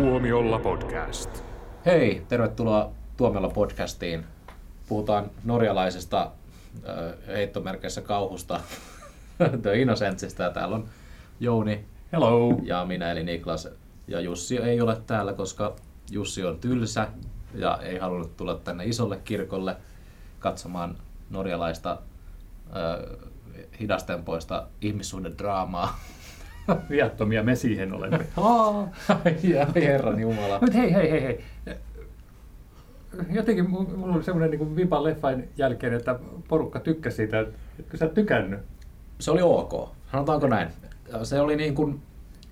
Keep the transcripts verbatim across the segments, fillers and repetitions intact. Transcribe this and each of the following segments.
Tuomiolla podcast. Hei, tervetuloa Tuomiolla podcastiin. Puhutaan norjalaisesta äh, heittomerkeissä kauhusta, The Innocentsista, ja täällä on Jouni. Hello. Ja minä eli Niklas. Ja Jussi ei ole täällä, koska Jussi on tylsä ja ei halunnut tulla tänne isolle kirkolle katsomaan norjalaista äh, hidastempoista ihmissuhdedraamaa. Viattomia me siihen olemme. Ai herran jumala. Mutta hei, hei, hei, hei. Jotenkin mulla oli semmoinen niin vipa leffan jälkeen, että porukka tykkäsi siitä. Etkö sä tykännyt? Se oli ok. Sanotaanko näin? Se oli niin kuin...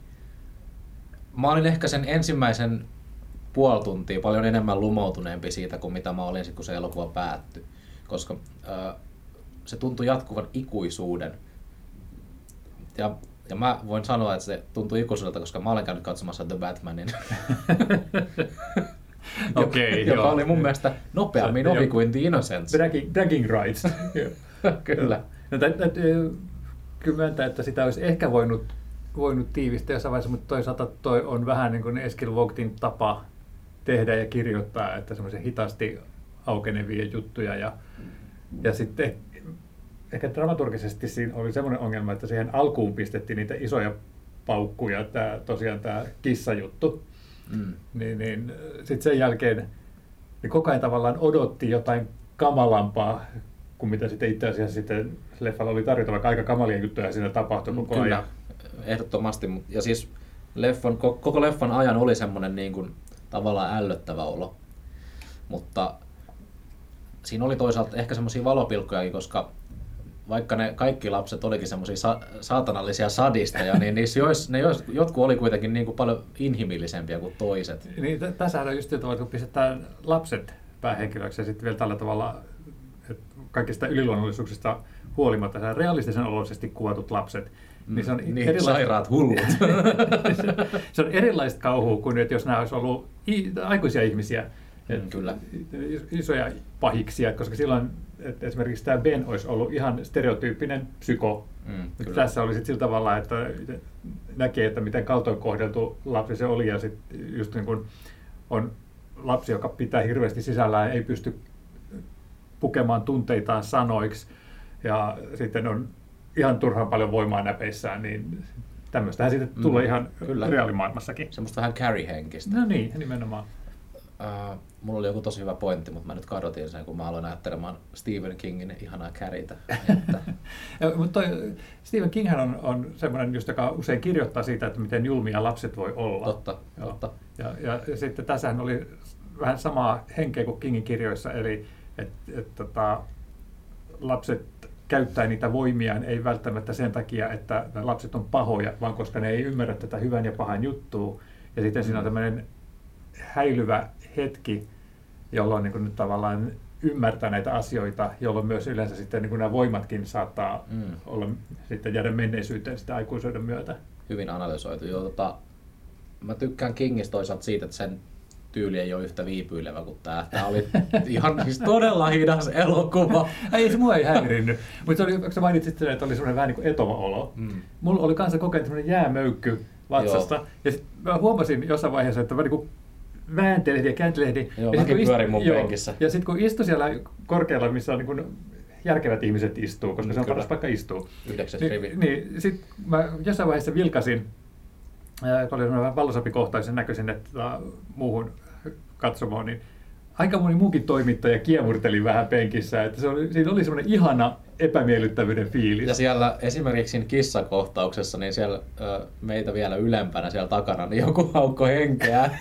Mä olin ehkä sen ensimmäisen puoli tuntia paljon enemmän lumoutuneempi siitä kuin mitä mä olin, kun se elokuva päättyi. Koska äh, se tuntui jatkuvan ikuisuuden. Ja, ja mä voin sanoa, että se tuntui ikuisuudelta, koska mä olen käynyt katsomassa The Batmanin. Okei, joka joo. oli mun mielestä nopeammin ohi kuin The Innocents. Bragging, bragging rights. Kyllä. No, tä, tä, kyllä myöntää, että sitä olisi ehkä voinut, voinut tiivistää jossain vaiheessa, mutta toisaalta toi on vähän niin kuin Eskil Vogtin tapa tehdä ja kirjoittaa, että semmoisia hitaasti aukenevia juttuja. Ja, ja sitten ehkä dramaturgisesti siinä oli semmoinen ongelma, että siihen alkuun pistettiin niitä isoja paukkuja, tämä, tosiaan tämä kissajuttu. Mm. Niin, niin sitten sen jälkeen niin koko ajan tavallaan odotti jotain kamalampaa kuin mitä sitten itse asiassa sitten leffalla oli tarjota, vaikka aika kamalia juttuja siinä tapahtui koko Kyllä, ajan. Ehdottomasti. Ja siis leffan, koko leffan ajan oli semmoinen niin kuin tavallaan ällöttävä olo. Mutta siinä oli toisaalta ehkä semmoisia valopilkkojakin, koska vaikka ne kaikki lapset olikin semmoisia sa- saatanallisia sadisteja, niin niissä jois, ne jois, jotkut oli kuitenkin niin kuin paljon inhimillisempiä kuin toiset. Niin, t- tässä on just tavalla, kun pistetään lapset päähenkilöksi ja sitten vielä tällä tavalla, että kaikista yliluonnollisuuksista huolimatta realistisen oloisesti kuvatut lapset, Mm, niin se on niin, erilaista, sairaat hullut. se on erilaista kauhua kuin että jos nämä olisi ollut i- aikuisia ihmisiä. Mm, kyllä. Isoja pahiksia, koska silloin että esimerkiksi tämä Ben olisi ollut ihan stereotyyppinen psyko. Mm, tässä oli sitten sillä tavalla, että näkee, että miten kaltoin kohdeltu lapsi se oli, ja sitten just niin kuin on lapsi, joka pitää hirveästi sisällään, ei pysty pukemaan tunteitaan sanoiksi, ja sitten on ihan turhaan paljon voimaa näpeissään, niin tämmöistähän sitten tulee mm, ihan kyllä. Reaalimaailmassakin. Semmoista vähän Carrie-henkistä. No niin, nimenomaan. Uh, mulla oli joku tosi hyvä pointti, mutta mä nyt kadotin sen, kun mä aloin ajattelemaan Stephen Kingin ihanaa Carrieta. Että... Mutta Stephen Kinghän on, on semmoinen, just, joka usein kirjoittaa siitä, että miten julmia lapset voi olla. Totta, totta. Ja, ja, ja sitten tässähän oli vähän samaa henkeä kuin Kingin kirjoissa, eli että et, tota, lapset käyttää niitä voimiaan ei välttämättä sen takia, että lapset on pahoja, vaan koska ne ei ymmärrä tätä hyvän ja pahan juttua. Ja sitten mm. siinä on tämmöinen häilyvä hetki, jolloin niin kuin nyt tavallaan ymmärtää näitä asioita, jolloin myös yleensä sitten niin kuin nämä voimatkin saattaa mm. olla sitten jäädä menneisyyteen sitä aikuisuuden myötä. Hyvin analysoitu. Joo, tota, mä tykkään Kingistä toisaalta siitä, että sen tyyli ei ole yhtä viipyilevä kuin tämä. Tämä oli ihan siis todella hidas elokuva. Ei, se mua ei häirinnyt. Mutta sä mainitsit sen, että oli semmoinen vähän niin kuin etova olo. Mm. Mulla oli kanssa kokeen semmoinen jäämöykky vatsasta. Joo. Ja sitten mä huomasin jossain vaiheessa, että mä niin kuin vääntelehdin ja kääntelehdin. Joo, mäkin pyörin mun joo, penkissä. Ja sitten kun istui siellä korkealla, missä on niin kuin järkevät ihmiset istuu, koska mm, se on kyllä. Paras paikka istua. Yhdeksäs niin, rivi. Niin, sitten mä jossain vaiheessa vilkasin, kun oli vähän vallosapikohtaisen näköisin, että muuhun katsomaan, niin aika moni muukin toimittaja kiemurteli vähän penkissä, että se oli, siinä oli semmoinen ihana epämiellyttävyyden fiilis. Ja siellä esimerkiksi siinä kissakohtauksessa, niin siellä ö, meitä vielä ylempänä siellä takana, niin joku haukko henkeä.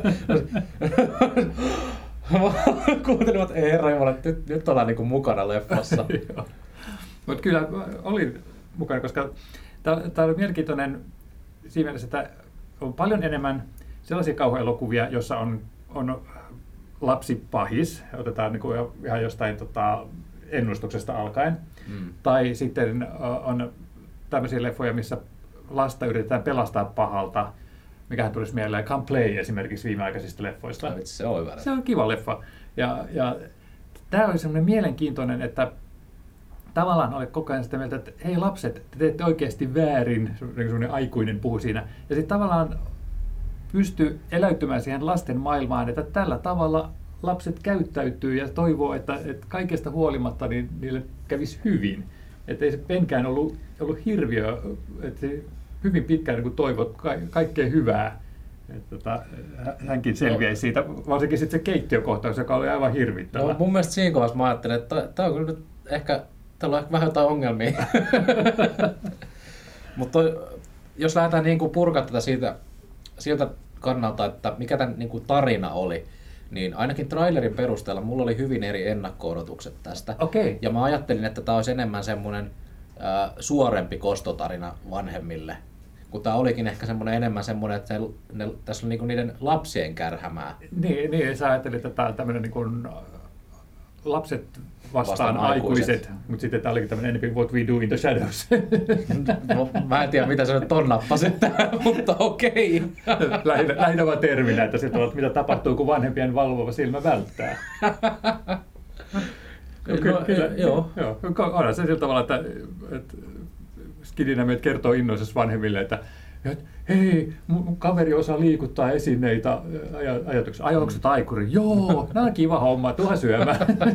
Kuuntelivat, ei herra jumala, nyt, nyt ollaan niin kuin mukana leffassa. Mutta kyllä olin mukana, koska tämä oli mielenkiintoinen siinä mielessä, että on paljon enemmän sellaisia kauhuelokuvia, joissa on, on lapsi pahis, otetaan niin kuin ihan jostain tota, ennustuksesta alkaen, mm. tai sitten on tämmöisiä leffoja, missä lasta yritetään pelastaa pahalta, mikähän tulisi mieleen Come Play esimerkiksi viimeaikaisista leffoista. No, se on hyvä. Se on kiva leffa. Ja, ja tämä oli semmoinen mielenkiintoinen, että tavallaan olet koko ajan sitä mieltä, että hei lapset, te teette oikeasti väärin, semmoinen aikuinen puhu siinä. Ja sitten tavallaan pysty eläytymään siihen lasten maailmaan, että tällä tavalla lapset käyttäytyy ja toivoo, että, että kaikesta huolimatta niin niille kävisi hyvin. Että ei se penkään ollut, ollut hirviö, että se hyvin pitkään niin toivot ka- kaikkea hyvää. Että, tota, hänkin selviäisi siitä, varsinkin sitten se keittiökohtaus, joka oli aivan hirvittävä. No, mun mielestä siinä kohdassa mä ajattelin, että tämä on kyllä nyt ehkä, täällä on ehkä vähän jotain ongelmia. Mutta jos lähdetään niin kuin purkaa tätä siitä, siltä kannalta, että mikä tämän niin kuin tarina oli, niin ainakin trailerin perusteella mulla oli hyvin eri ennakko-odotukset tästä. Okay. Ja mä ajattelin, että tämä olisi enemmän semmoinen äh, suorempi kostotarina vanhemmille. Kun tämä olikin ehkä semmoinen enemmän semmoinen, että ne, ne, tässä on niinku niiden lapsien kärhämää. Niin, niin sä ajattelit, että tämä on tämmöinen niin kuin lapset vastaan, vastaan aikuiset, aikuiset, mutta sitten tämä olikin tämmöinen enemmän What We Do in the Shadows. No, mä en tiedä, mitä sä nyt ton nappasit tähän, mutta okei. Lähinnä, lähinnä vaan terminä, että se on, mitä tapahtuu, kun vanhempien valvova silmä välttää. Okay, no, kyllä, joo. joo. Onhan se sillä tavalla, että, että Skidinämet kertoo innoisessa vanhemmille, että että hei, mun kaveri osaa liikuttaa esineitä ajatuksia. Ai, onko se taikuri? Joo, nämä on kiva homma, tuohan syömään.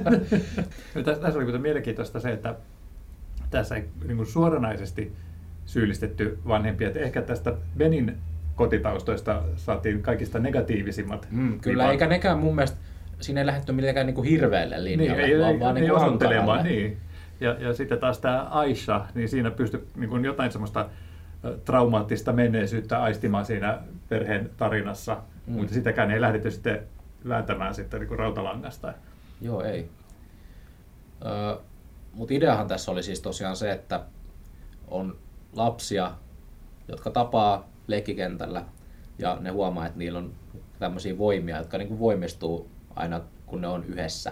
Tässä oli mielenkiintoista se, että tässä ei niin kuin suoranaisesti syyllistetty vanhempia. Että ehkä tästä Benin kotitaustoista saatiin kaikista negatiivisimmat. Mm, kyllä, vipat. Eikä nekään mun mielestä, siinä ei lähdetty mitenkään niin kuin hirveälle linjalle, niin, vaan, ei, vaan ei, niin osoittelemaan. Niin. Ja, ja sitten taas tämä Aisha, niin siinä pystyi niin kuin jotain semmoista traumaattista menneisyyttä aistimaan siinä perheen tarinassa, mm. mutta sitäkään ei lähdetty sitten vääntämään sitten niin kuin rautalangasta. Joo, ei. Ö, mutta ideahan tässä oli siis tosiaan se, että on lapsia, jotka tapaa leikkikentällä ja ne huomaa, että niillä on tämmöisiä voimia, jotka niin kuin voimistuu aina kun ne on yhdessä.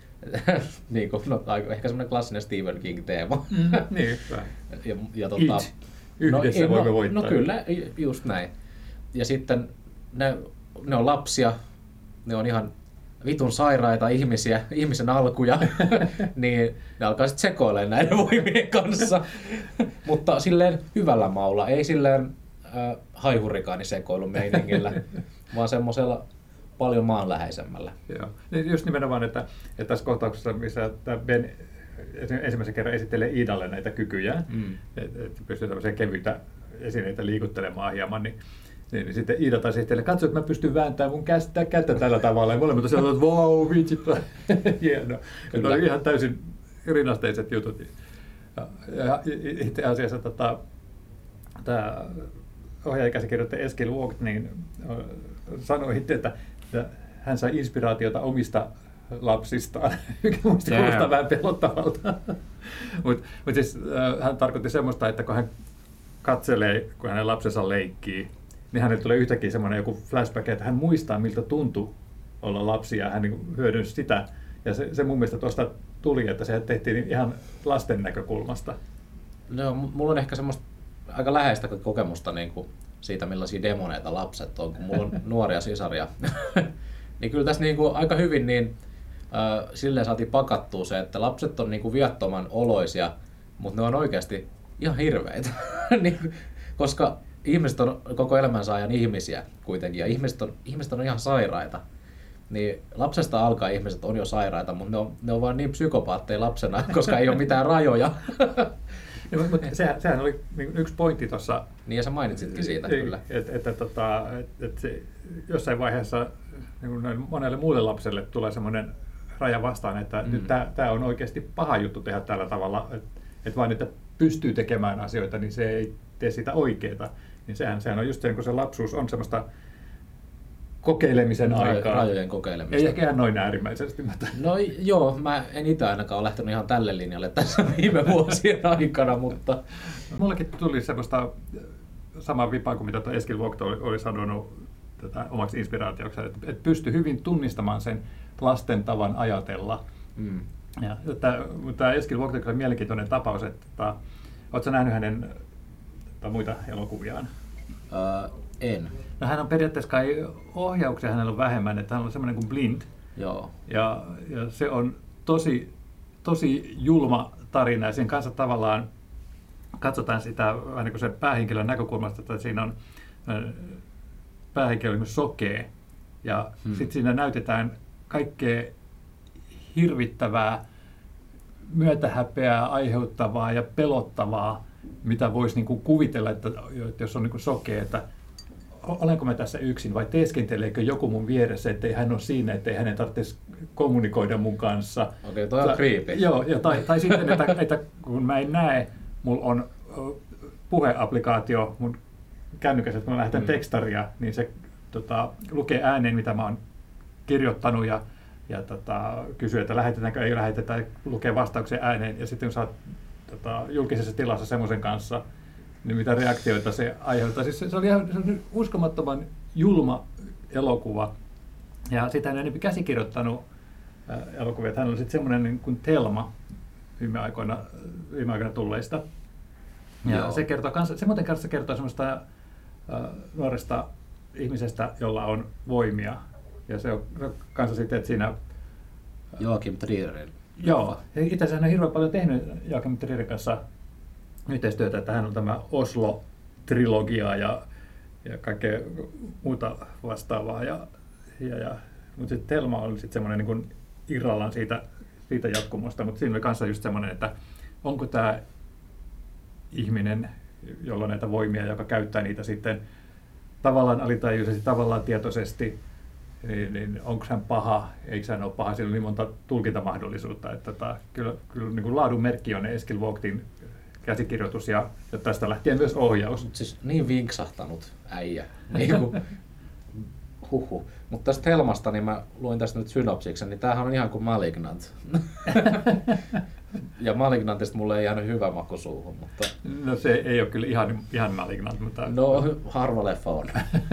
niin kuin, no, ehkä semmoinen klassinen Stephen King-teema. Mm, niin, ja, ja, tota, Yhdessä no, voimme no, voittaa. No kyllä, just näin. Ja sitten ne, ne on lapsia, ne on ihan vitun sairaita ihmisiä, ihmisen alkuja, niin ne alkaa sitten sekoilemaan näiden voimien kanssa. Mutta silleen hyvällä maulla, ei silleen äh, haihurikaani sekoilun meiningillä, vaan semmoisella paljon maanläheisemmällä. Joo. Just nimenomaan, että, että tässä kohtauksessa, missä tämä Ben ensimmäisen kerran esittelee Iidalle näitä kykyjä, mm. että et pystyy tämmöisiä kevyitä esineitä liikuttelemaan hieman, niin, niin, niin sitten Iida taas esittelee, katso, että mä pystyn vääntämään mun kättä, kättä tällä tavalla, ja molemmat tosiaan, että vau, viitsipä, hienoa. Ne oli ihan täysin rinnasteiset jutut. Ja, ja itse asiassa tota, tämä ohjaajakäsikirjoittaja Eskil Vogt niin, sanoi itse, että, että hän sai inspiraatiota omista lapsistaan, mikä muista yeah. kuulostaa vähän pelottavalta. Mutta mut siis, äh, hän tarkoitti semmoista, että kun hän katselee, kun hänen lapsensa leikkii, niin hänelle tulee yhtäkkiä semmoinen joku flashback, että hän muistaa, miltä tuntui olla lapsi, ja hän niin hyödynsi sitä. Ja se, se mun mielestä tuosta tuli, että se tehtiin ihan lasten näkökulmasta. No, mulla on ehkä semmoista aika läheistä kokemusta niin kuin siitä, millaisia demoneita lapset on, kun mulla on nuoria sisaria. Niin kyllä tässä niin kuin aika hyvin niin, äh, silleen saatiin pakattua se, että lapset on niin kuin viattoman oloisia, mutta ne on oikeasti ihan hirveitä. niin, koska ihmiset on koko elämänsä ajan ihmisiä kuitenkin, ja ihmiset on, ihmiset on ihan sairaita. Niin lapsesta alkaa ihmiset on jo sairaita, mutta ne on, ne on vaan niin psykopaatteja lapsena, koska ei ole mitään rajoja. Ja, mutta sehän, sehän oli yksi pointti tuossa. Niin ja sä mainitsitkin siitä ei, kyllä. Että et, et, tota, et, et se, jossain vaiheessa niin monelle muulle lapselle tulee semmoinen raja vastaan, että mm. nyt tämä on oikeasti paha juttu tehdä tällä tavalla, että et vain että pystyy tekemään asioita, niin se ei tee sitä oikeaa. Niin sehän, sehän on just se, kun se lapsuus on semmoista kokeilemisen Raj- aikaa. Rajojen kokeilemista. Ei ehkä ihan noin äärimmäisesti. No joo, mä en itse ainakaan ole lähtenyt ihan tälle linjalle tässä viime vuosien aikana, mutta... Mullekin tuli semmoista samaa vipaa kuin mitä tuo Eskil Vogt oli, oli sanonut tätä omaksi inspiraatioksi, että, että pystyy hyvin tunnistamaan sen lasten tavan ajatella. Mm. Ja, että, mutta Eskil Vogt on mielenkiintoinen tapaus, että, että oletko nähnyt hänen että, muita elokuviaan? Uh, en. No hän on periaatteessa kai ohjauksia hänellä on vähemmän, että hän on semmoinen kuin Blind. Joo. Ja, ja se on tosi, tosi julma tarina ja sen kanssa tavallaan katsotaan sitä vähän niin kuin sen päähenkilön näkökulmasta, että siinä on päähenkilö on sokee. Ja Hmm. sitten siinä näytetään kaikkea hirvittävää, myötähäpeää aiheuttavaa ja pelottavaa, mitä voisi niinku kuvitella, että jos on niinku sokea, että olenko mä tässä yksin vai teeskenteleekö joku mun vieressä, ettei hän ole siinä, ettei hänen tarvitsisi kommunikoida mun kanssa. Okei, toi on creepy. Joo, ja tai, tai sitten, että, että kun mä en näe, mulla on puheapplikaatio mun kännykässä, että kun mä lähetän mm. tekstaria, niin se tota, lukee ääneen, mitä mä oon kirjoittanut ja, ja tota, kysyy, että lähetetäänkö, ei lähetetä, lukee vastauksen ääneen. Ja sitten kun sä oot tota, julkisessa tilassa semmoisen kanssa, niin mitä reaktioita se aiheuttaa. Siis se, se oli ihan se oli uskomattoman julma elokuva. Ja sitä hän on enemmän käsikirjoittanut äh, elokuvia. Hän on sitten semmoinen niin kuin Thelma viime aikoina, viime aikoina tulleista. Ja Joo. se kertoo kans, se muuten kanssa kertoo semmoista äh, nuoresta ihmisestä, jolla on voimia. Ja se on, se on kanssa sitten, että siinä... Joakim Trierin. Joo, itse asiassa hän on hirveän paljon tehnyt Joakim Trierin kanssa yhteistyötä, että hän on tämä Oslo-trilogia ja, ja kaikkea muuta vastaavaa. Ja, ja, ja, mutta sitten Thelma oli sitten semmoinen niin kuin irrallaan siitä, siitä jatkumosta, mutta siinä oli kanssa just semmoinen, että onko tämä ihminen, jolla on näitä voimia, joka käyttää niitä sitten tavallaan alitajuisesti, tavallaan tietoisesti, niin, niin onko hän paha, eikö hän ole paha, siinä on niin monta tulkintamahdollisuutta, että tota, kyllä, kyllä niin kuin laadun merkki on Eskil Vogtin käsikirjoitus ja, ja tästä lähtien myös ohjaus. Mut siis niin vinksahtanut äijä. Niin kuin, huhu. Mutta tästä Helmasta, niin mä luin tästä nyt synopsiksen, niin tämähän on ihan kuin Malignant. Ja Malignantista mulle ei jäänyt hyvä maku suuhun, mutta... No se ei ole kyllä ihan, ihan Malignant, mutta... No harva leffa on.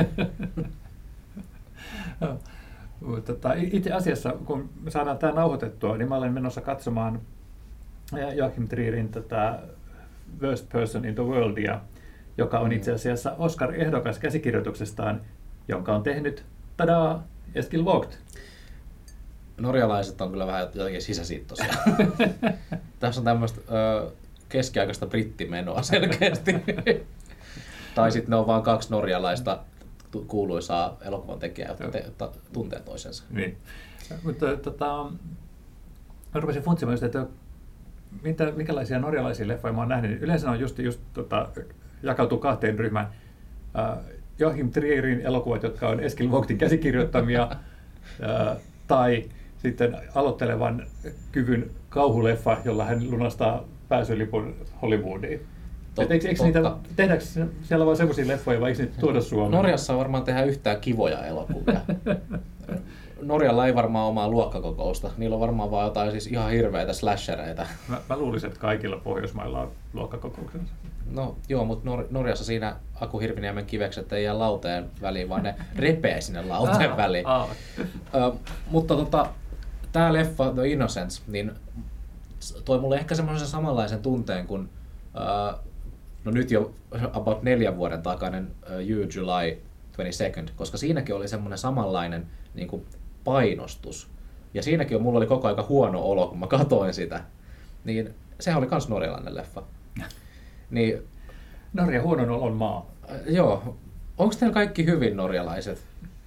No, tota, itse asiassa, kun me saadaan tämä nauhoitettua, niin mä olen menossa katsomaan Joachim Trierin tätä Worst Person in the Worldia, joka on itse asiassa Oscar-ehdokas käsikirjoituksestaan, jonka on tehnyt, tadaa, Eskil Vogt. Norjalaiset on kyllä vähän jotenkin sisäsiittoisia. Tässä on tämmöistä ö, keskiaikaista brittimenoa selkeästi. Tai sitten ne on vain kaksi norjalaista kuuluisaa elokuvan tekijää, jotka te, ta, tuntee toisensa. Niin. Mutta tota, mä rupesin funtsimaan, että mitä, minkälaisia norjalaisia leffoja mä oon nähnyt. Yleensä on just, just tota, jakautuu kahteen ryhmään. Uh, Joachim Trierin elokuvat, jotka on Eskil Vogtin käsikirjoittamia, uh, tai sitten aloittelevan kyvyn kauhuleffa, jolla hän lunastaa pääsylipun Hollywoodiin. Tot, eikö, eikö niitä, tehdäänkö siellä vain semmoisia leffoja vai eikö niitä tuoda Suomeen? Norjassa varmaan tehdään yhtään kivoja elokuvia. Norjalla ei varmaan omaa luokkakokousta. Niillä on varmaan vaan jotain siis ihan hirveitä slashereita. Mä, mä luulisin, että kaikilla Pohjoismailla on luokkakokouksensa. No joo, mutta Nor- Norjassa siinä Aku Hirviniemen kivekset ei jää lauteen väliin, vaan ne repee sinne lauteen väliin. Ah, Ö, mutta tota, tää leffa The Innocents, niin toi mulle ehkä semmoisen samanlaisen tunteen kuin ö, no nyt jo about neljän vuoden takainen uh, You July twenty-second, koska siinäkin oli semmoinen samanlainen niin kuin painostus. Ja siinäkin on, mulla oli koko aika huono olo, kun mä katoin sitä. Niin sehän oli kans norjalainen leffa. Niin, Norja huonon olon maa. Äh, joo. Onko teillä kaikki hyvin norjalaiset?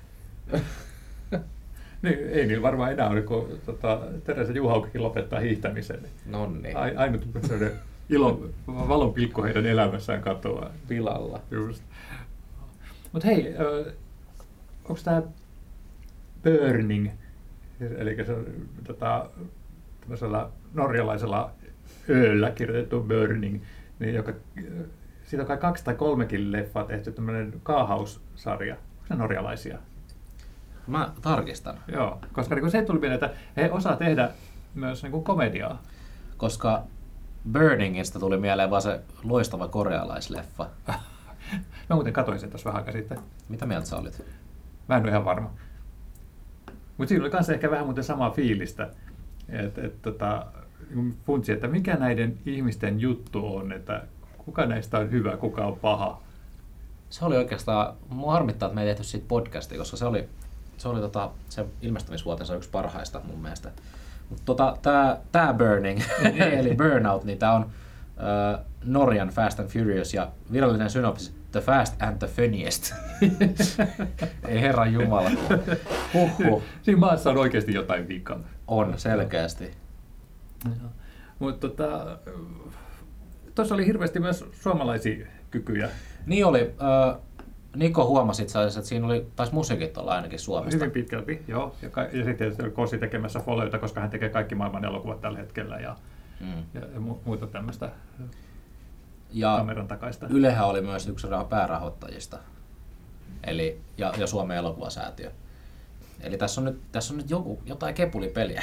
Niin, ei niillä varmaan enää ole, kun tota, Teresa Juhaukikin lopettaa hiihtämisen. Nonni. Ainut ilon, valon pilkku heidän elämässään katoaa. Pilalla. Just. Mut hei, onko tämä Burning, eli se on tota, tämmöisellä norjalaisella ööllä kirjoitettu Burning, niin joka, siitä on kai kaksi tai kolmekin leffaa tehty, tämmöinen Kaahaus-sarja. Onko ne norjalaisia? Mä tarkistan. Joo, koska niin se tuli mieleen, että he osaa tehdä myös niin kuin komediaa. Koska Burningista tuli mieleen vaan se loistava korealaisleffa. Mä muuten katoin sen tuossa vähän aikaa sitten. Mitä mieltä sä olit? Mä en ole ihan varma. Mutta siinä oli myös ehkä vähän muuten samaa fiilistä. Että et, tota, funtsi, että mikä näiden ihmisten juttu on, että kuka näistä on hyvä, kuka on paha. Se oli oikeastaan, mua harmittaa, että me ei tehty siitä podcastia, koska se oli, se oli tota, se ilmestymisvuotensa yksi parhaista mun mielestä. Mutta tota, tää, tää Burning, eli Burnout, niin tää on äh, Norjan Fast and Furious ja virallinen synopsis. The Fast and the Funniest. Ei herran jumala. Huhhuh. Siinä maassa on oikeasti jotain vikaa. On, selkeästi. Mutta tota, tuossa oli hirveästi myös suomalaisia kykyjä. Niin oli. Äh, Niko huomasi itse asiassa, että siinä oli, taisi musiikit olla ainakin Suomesta. Hyvin pitkälti, joo. Ja, ka- ja sitten tietysti oli Kossi tekemässä folioita, koska hän tekee kaikki maailman elokuvat tällä hetkellä ja, mm. ja, ja mu- muuta tämmöistä ja kameran takaista. Ylehän oli myös yksi päärahoittajista, eli, ja, ja Suomen elokuvasäätiö. Eli tässä on nyt, tässä on nyt joku, jotain kepulipeliä.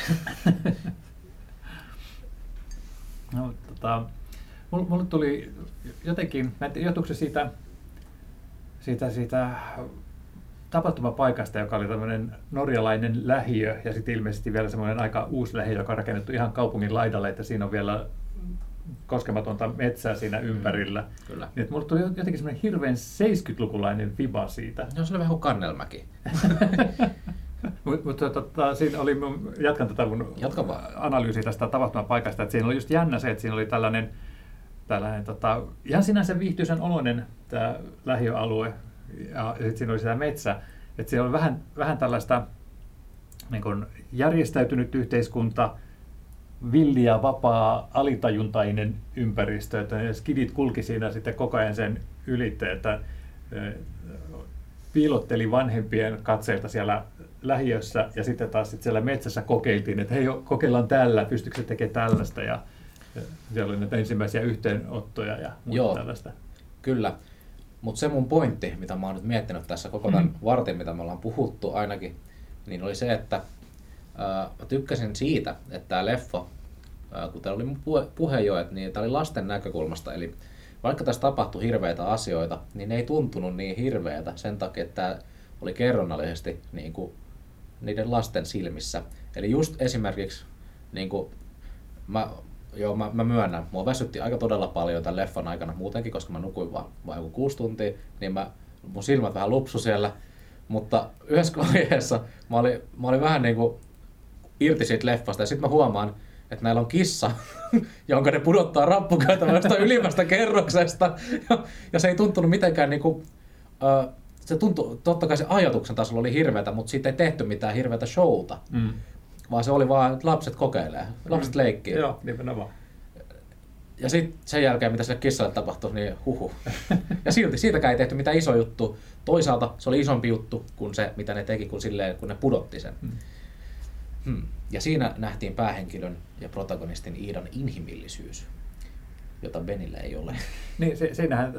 No, tota, mulle, mulle tuli jotenkin, mä en tiedä, johtuuko se siitä, siitä, siitä tapahtumapaikasta, joka oli tämmöinen norjalainen lähiö ja sitten ilmeisesti vielä semmoinen aika uusi lähiö, joka on rakennettu ihan kaupungin laidalle, että siinä on vielä koskematonta metsää siinä ympärillä. Kyllä. Niin, mulle tuli jotenkin semmoinen hirveän seitsemänkymmentälukulainen viba siitä. No, se oli vähän kuin Kannelmäki. Mutta mut, tota, siinä oli, jatkan tätä mun analyysiä tästä tapahtumapaikasta, että siinä oli just jännä se, että siinä oli tällainen, tällainen tota, ihan sinänsä viihtyisen oloinen tämä lähiöalue ja sitten siinä oli sitä metsä, että siinä oli vähän, vähän tällaista niin kuin järjestäytynyt yhteiskunta, villi ja vapaa, alitajuntainen ympäristö, että skidit kulki siinä sitten koko ajan sen ylitte, että piilotteli vanhempien katseilta siellä lähiössä ja sitten taas sit siellä metsässä kokeiltiin, että hei, kokeillaan tällä, pystyykö se tekemään tällaista ja, ja siellä oli näitä ensimmäisiä yhteenottoja ja muuta Joo, tällaista. Kyllä, mutta se mun pointti, mitä mä oon nyt miettinyt tässä koko tämän mm. vartin, mitä me ollaan puhuttu ainakin, niin oli se, että ää, mä tykkäsin siitä, että tämä leffa, ää, kun täällä oli mun puhe, puhe jo, että niin, tää oli lasten näkökulmasta, eli vaikka tässä tapahtui hirveitä asioita, niin ne ei tuntunut niin hirveätä sen takia, että tämä oli kerronnallisesti niin kuin niiden lasten silmissä. Eli just esimerkiksi, niin kuin, mä, joo, mä, mä myönnän, mua väsytti aika todella paljon tämän leffan aikana muutenkin, koska mä nukuin vaan, vaan joku kuusi tuntia, niin mä, mun silmät vähän lupsu siellä. Mutta yhdessä vaiheessa mä olin, mä olin vähän niin kuin irti siitä leffasta ja sitten mä huomaan, että näillä on kissa, jonka ne pudottaa rappukäytävästä ylimmästä kerroksesta. Ja, ja se ei tuntunut mitenkään niinku, äh, se tuntui, totta kai se ajatuksen tasolla oli hirveätä, mutta siitä ei tehty mitään hirveätä showta. Mm. Vaan se oli vaan, että lapset kokeilee, lapset mm. leikkii. Joo, nimenomaan. Ja sitten sen jälkeen, mitä sille kissalle tapahtui, niin huhu. Ja silti siitäkään ei tehty mitään iso juttu. Toisaalta se oli isompi juttu kuin se, mitä ne teki, kun, silleen, kun ne pudotti sen. Mm. Hmm. Ja siinä nähtiin päähenkilön ja protagonistin Iidan inhimillisyys, jota Benillä ei ole. Niin, se, siinähän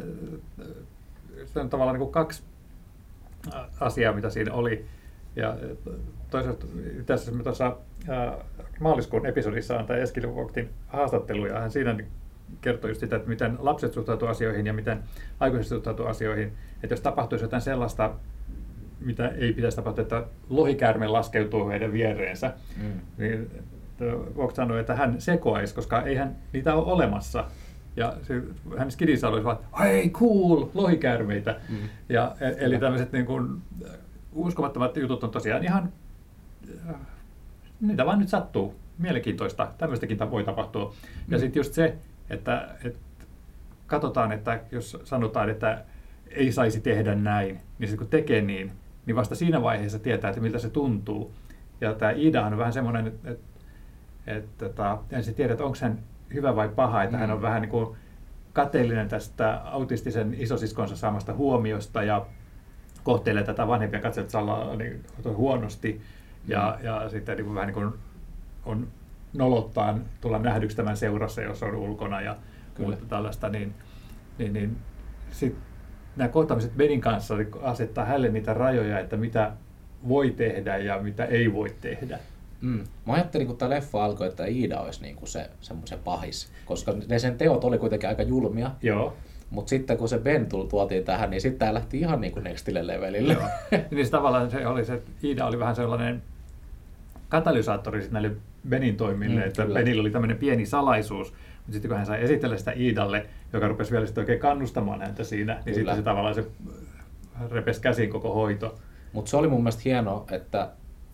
se on tavallaan niin kuin kaksi asiaa, mitä siinä oli. Ja toisaalta tässä me tuossa maaliskuun episodissa on tämä Eskil Vogtin haastattelu, ja hän siinä kertoi just sitä, että miten lapset suhtautuu asioihin ja miten aikuiset suhtautuu asioihin. Että jos tapahtuisi jotain sellaista, mitä ei pitäisi tapahtua, että lohikäärme laskeutuu heidän viereensä, mm. niin Vogt sanoi, että hän sekoaisi, koska eihän niitä ole olemassa. Ja se, hän skidissä olisi vaan, hei cool, lohikäärmeitä. Mm. Ja, eli tämmöiset niin kuin, uskomattomat jutut on tosiaan ihan, niitä vaan nyt sattuu. Mielenkiintoista, tämmöistäkin voi tapahtua. Mm. Ja sitten just se, että, että katsotaan, että jos sanotaan, että ei saisi tehdä näin, niin sitten kun tekee niin, niin vasta siinä vaiheessa tietää, että miltä se tuntuu. Ja tämä Iida on vähän semmoinen, että, että, että, että ensin tiedät, onko hän hyvä vai paha, että mm. hän on vähän niin kuin kateellinen tästä autistisen isosiskonsa saamasta huomiosta ja kohtelee tätä vanhempia katsoja niin, huonosti ja, mm. ja sitten niin kuin, vähän niin kuin on nolottaan tulla nähdyksi tämän seurassa, jos on ulkona ja Kyllä. muuta tällaista, niin, niin, niin sitten nämä kohtaamiset Benin kanssa asettaa hänelle niitä rajoja, että mitä voi tehdä ja mitä ei voi tehdä. Mm. Mä ajattelin, kun tämä leffa alkoi, että Iida olisi niinku se, se pahis, koska ne sen teot oli kuitenkin aika julmia. Joo. Mutta sitten kun se Ben tuotiin tähän, niin sitten tämä lähti ihan niin kuin nextille levelille. Niin se tavallaan se oli se, Iida oli vähän sellainen katalysaattori näille Benin toimille, mm, että kyllä. Benillä oli tämmöinen pieni salaisuus, mutta sitten kun hän sai esitellä sitä Iidalle, joka rupesi vielä sitten oikein kannustamaan häntä siinä, niin kyllä. sitten se tavallaan se repesi käsiin koko hoito. Mutta se oli mun mielestä hienoa, että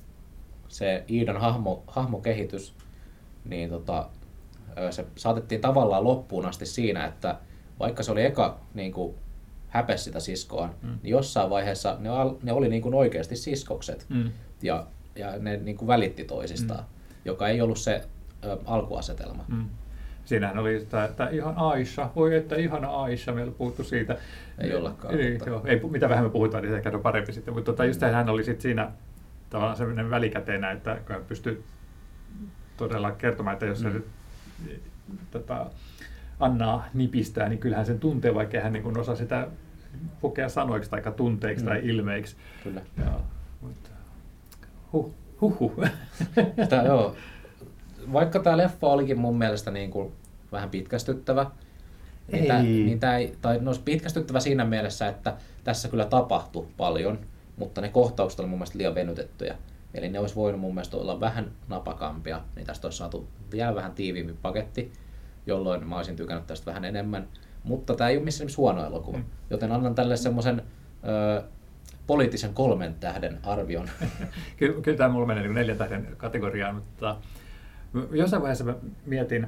se Iidan hahmo, hahmokehitys, niin tota, se saatettiin tavallaan loppuun asti siinä, että vaikka se oli eka niin kuin, häpesi sitä siskoaan, Mm. niin jossain vaiheessa ne, al, ne oli niin kuin oikeasti siskokset Mm. ja, ja ne niin kuin välitti toisistaan, mm. joka ei ollut se ö, alkuasetelma. Mm. Siinähän oli tämä, että ihan Aisha, voi että ihana Aisha, meillä puhuttu siitä. Ei ollakaan. Ei, Mutta... joo, ei, mitä vähemmän puhutaan, niin ehkä on parempi sitten. Mutta tota, just hän oli sitten siinä tavallaan sellainen välikäteenä, että hän pystyi todella kertomaan, että jos mm. se nyt tota, Annaa nipistää, niin kyllähän sen tuntee, vaikka hän niin osaa sitä pukea sanoiksi tai tunteiksi mm. tai ilmeiksi. Kyllä. Ja, mutta, huh, huh, huh. Sitä, joo. Vaikka tämä leffa olikin mun mielestä niin kuin vähän pitkästyttävä, niin ei. Tää, niin tää ei, tai no, pitkästyttävä siinä mielessä, että tässä kyllä tapahtui paljon, mutta ne kohtaukset oli mun mielestä liian venytettyjä. Eli ne olisi voinut mun mielestä olla vähän napakampia, niin tästä olisi saatu vielä vähän tiiviimpi paketti, jolloin mä olisin tykännyt tästä vähän enemmän. Mutta tämä ei ole missään nimessä huono elokuva, mm. joten annan tälle semmoisen ö, poliittisen kolmen tähden arvion. Kyllä, kyllä tämä mulla menee niin neljän tähden kategoriaan, mutta jossain vaiheessa mä mietin,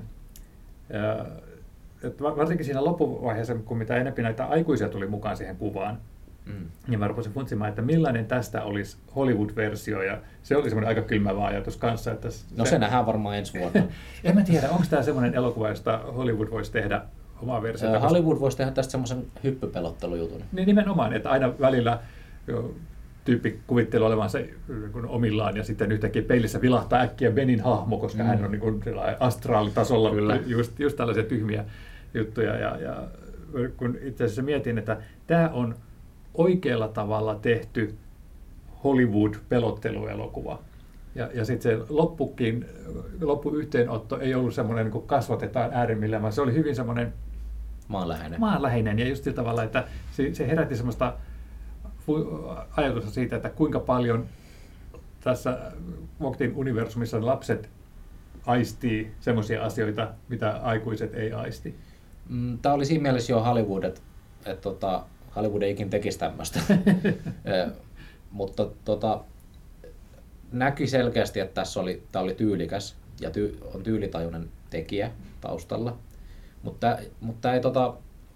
että varsinkin siinä loppuvaiheessa, kun mitä enemmän näitä aikuisia tuli mukaan siihen kuvaan, mm. niin mä rupesin funtsimaan, että millainen tästä olisi Hollywood-versio, ja se oli semmoinen aika kylmävä ajatus kanssa. Että no se, se nähdään varmaan ensi vuonna. En mä tiedä, onko tämä semmoinen elokuva, josta Hollywood voisi tehdä omaa versiota? Äh, Hollywood voisi tehdä tästä semmoisen hyppypelottelujutun. Niin nimenomaan, että aina välillä jo, tyyppi kuvittelee olevansa niin omillaan ja sitten yhtäkkiä peilissä vilahtaa äkkiä Benin hahmo, koska mm. hän on niin kuin astraalitasolla just, just tällaisia tyhmiä juttuja. Ja, ja kun itse asiassa mietin, että tämä on oikealla tavalla tehty Hollywood-pelotteluelokuva. Ja, ja sitten se loppukin, loppuyhteenotto ei ollut semmoinen, niin kuin kasvatetaan äärimmillään, vaan se oli hyvin semmoinen maanläheinen. maanläheinen. Ja just sillä tavalla, että se, se herätti semmoista ajatusta siitä, että kuinka paljon tässä Vogtin universumissa lapset aistii semmoisia asioita, mitä aikuiset ei aisti. Tämä oli siinä mielessä jo Hollywood, että, että tota, Hollywood ei ikin tekisi tämmöistä. Mutta tota, näki selkeästi, että tässä oli, tämä oli tyylikäs ja ty, on tyylitajuinen tekijä taustalla. Mutta, mutta ei tota,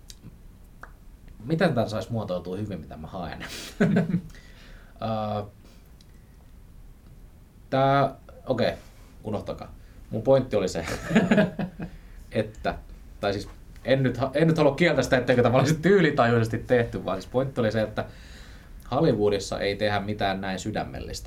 miten tämän saisi muotoiltua hyvin, mitä mä haen? uh, Tää, okei, okay, unohtakaa. Mun pointti oli se, että, tai siis en nyt, en nyt halua kieltä sitä, etteikö tämä olisi tyylitajuisesti tehty, vaan siis pointti oli se, että Hollywoodissa ei tehdä mitään näin sydämellistä.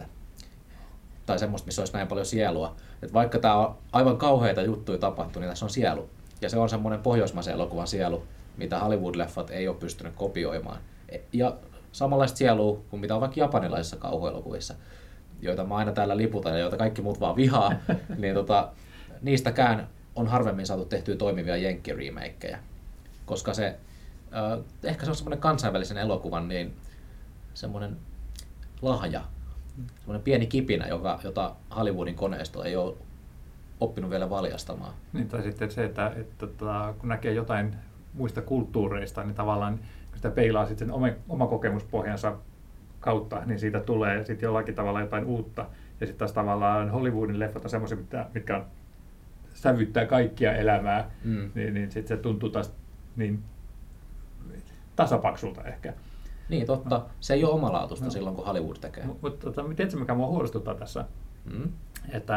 Tai semmoista, missä olisi näin paljon sielua. Et vaikka tää on aivan kauheita juttuja tapahtunut, niin tässä on sielu. Ja se on semmoinen pohjoismaisen elokuvan sielu, mitä Hollywood-leffat ei ole pystynyt kopioimaan. Ja samanlaista sielua kuin mitä on vaikka japanilaisissa kauhuelokuvissa, joita mä aina täällä liputan ja joita kaikki muut vaan vihaa, niin tota, niistäkään on harvemmin saatu tehtyä toimivia jenkki-remakeja. Koska se, äh, ehkä se on semmoinen kansainvälisen elokuvan niin semmoinen lahja, semmoinen pieni kipinä, joka, jota Hollywoodin koneisto ei ole oppinut vielä valjastamaan. Niin, tai sitten se, että, että, että kun näkee jotain muista kulttuureista, niin tavallaan kun sitä peilaa sitten sen oma kokemuspohjansa kautta, niin siitä tulee sitten jollakin tavalla jotain uutta. Ja sitten taas tavallaan Hollywoodin leffat on semmoisia, mitkä on, sävyttää kaikkia elämää, mm. niin, niin sitten se tuntuu taas niin tasapaksulta ehkä. Niin, totta. No. Se ei ole omalaatuista no. silloin, kun Hollywood tekee. Mutta tota, tiedätkö, mikä mua huolestuttaa tässä? Mm. Että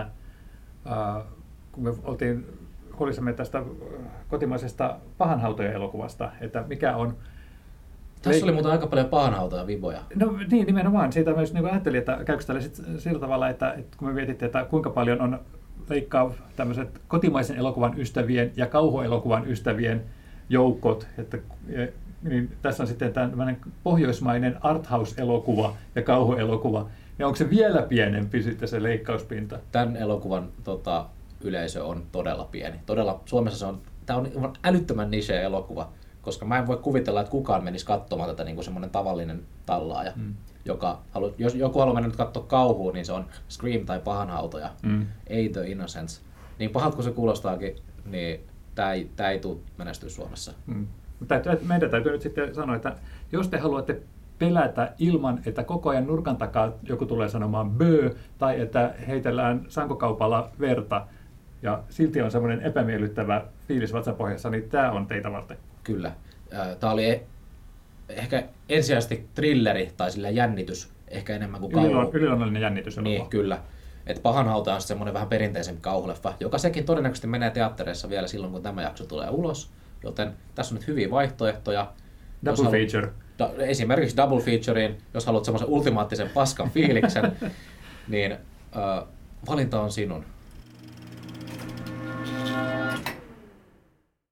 äh, kun me oltiin huolissamme tästä kotimaisesta pahanhautojen elokuvasta, että mikä on... Tässä oli muuten aika paljon pahanhautoja viboja. No niin, nimenomaan. Siitä myös niin ajattelin, että käykö tälle sit sillä tavalla, että, että kun me mietittiin, että kuinka paljon on leikkaa tämmöiset kotimaisen elokuvan ystävien ja kauhuelokuvan ystävien joukot, että niin tässä on sitten tämmöinen pohjoismainen arthouse-elokuva ja kauhuelokuva, ja onko se vielä pienempi sitten se leikkauspinta? Tämän elokuvan tota, yleisö on todella pieni. Todella, Suomessa se on, tämä on älyttömän niche-elokuva, koska mä en voi kuvitella, että kukaan menisi katsomaan tätä niin kuin semmoinen tavallinen tallaaja, mm. joka halu, jos joku haluaa mennä nyt katsoa kauhua, niin se on Scream tai pahanhautoja, mm. ei The Innocents. Niin pahalta kuin se kuulostaakin, niin tämä ei, tämä ei tule menestyä Suomessa. Mm. Meidän täytyy nyt sitten sanoa, että jos te haluatte pelätä ilman, että koko ajan nurkan takaa joku tulee sanomaan böö, tai että heitellään sankokaupalla verta, ja silti on semmoinen epämiellyttävä fiilis vatsanpohjassa, niin tämä on teitä varten. Kyllä. Tämä oli ehkä ensisijaisesti thrilleri tai sillä jännitys, ehkä enemmän kuin kauhu. Yliluonnollinen jännitys. Niin, kyllä. Et Pahanhauta on semmoinen vähän perinteisempi kauhuleffa, joka sekin todennäköisesti menee teattereissa vielä silloin, kun tämä jakso tulee ulos. Joten tässä on nyt hyviä vaihtoehtoja. Double halu... feature. Da, esimerkiksi double featurein, jos haluat semmoisen ultimaattisen paskan fiiliksen, niin äh, valinta on sinun.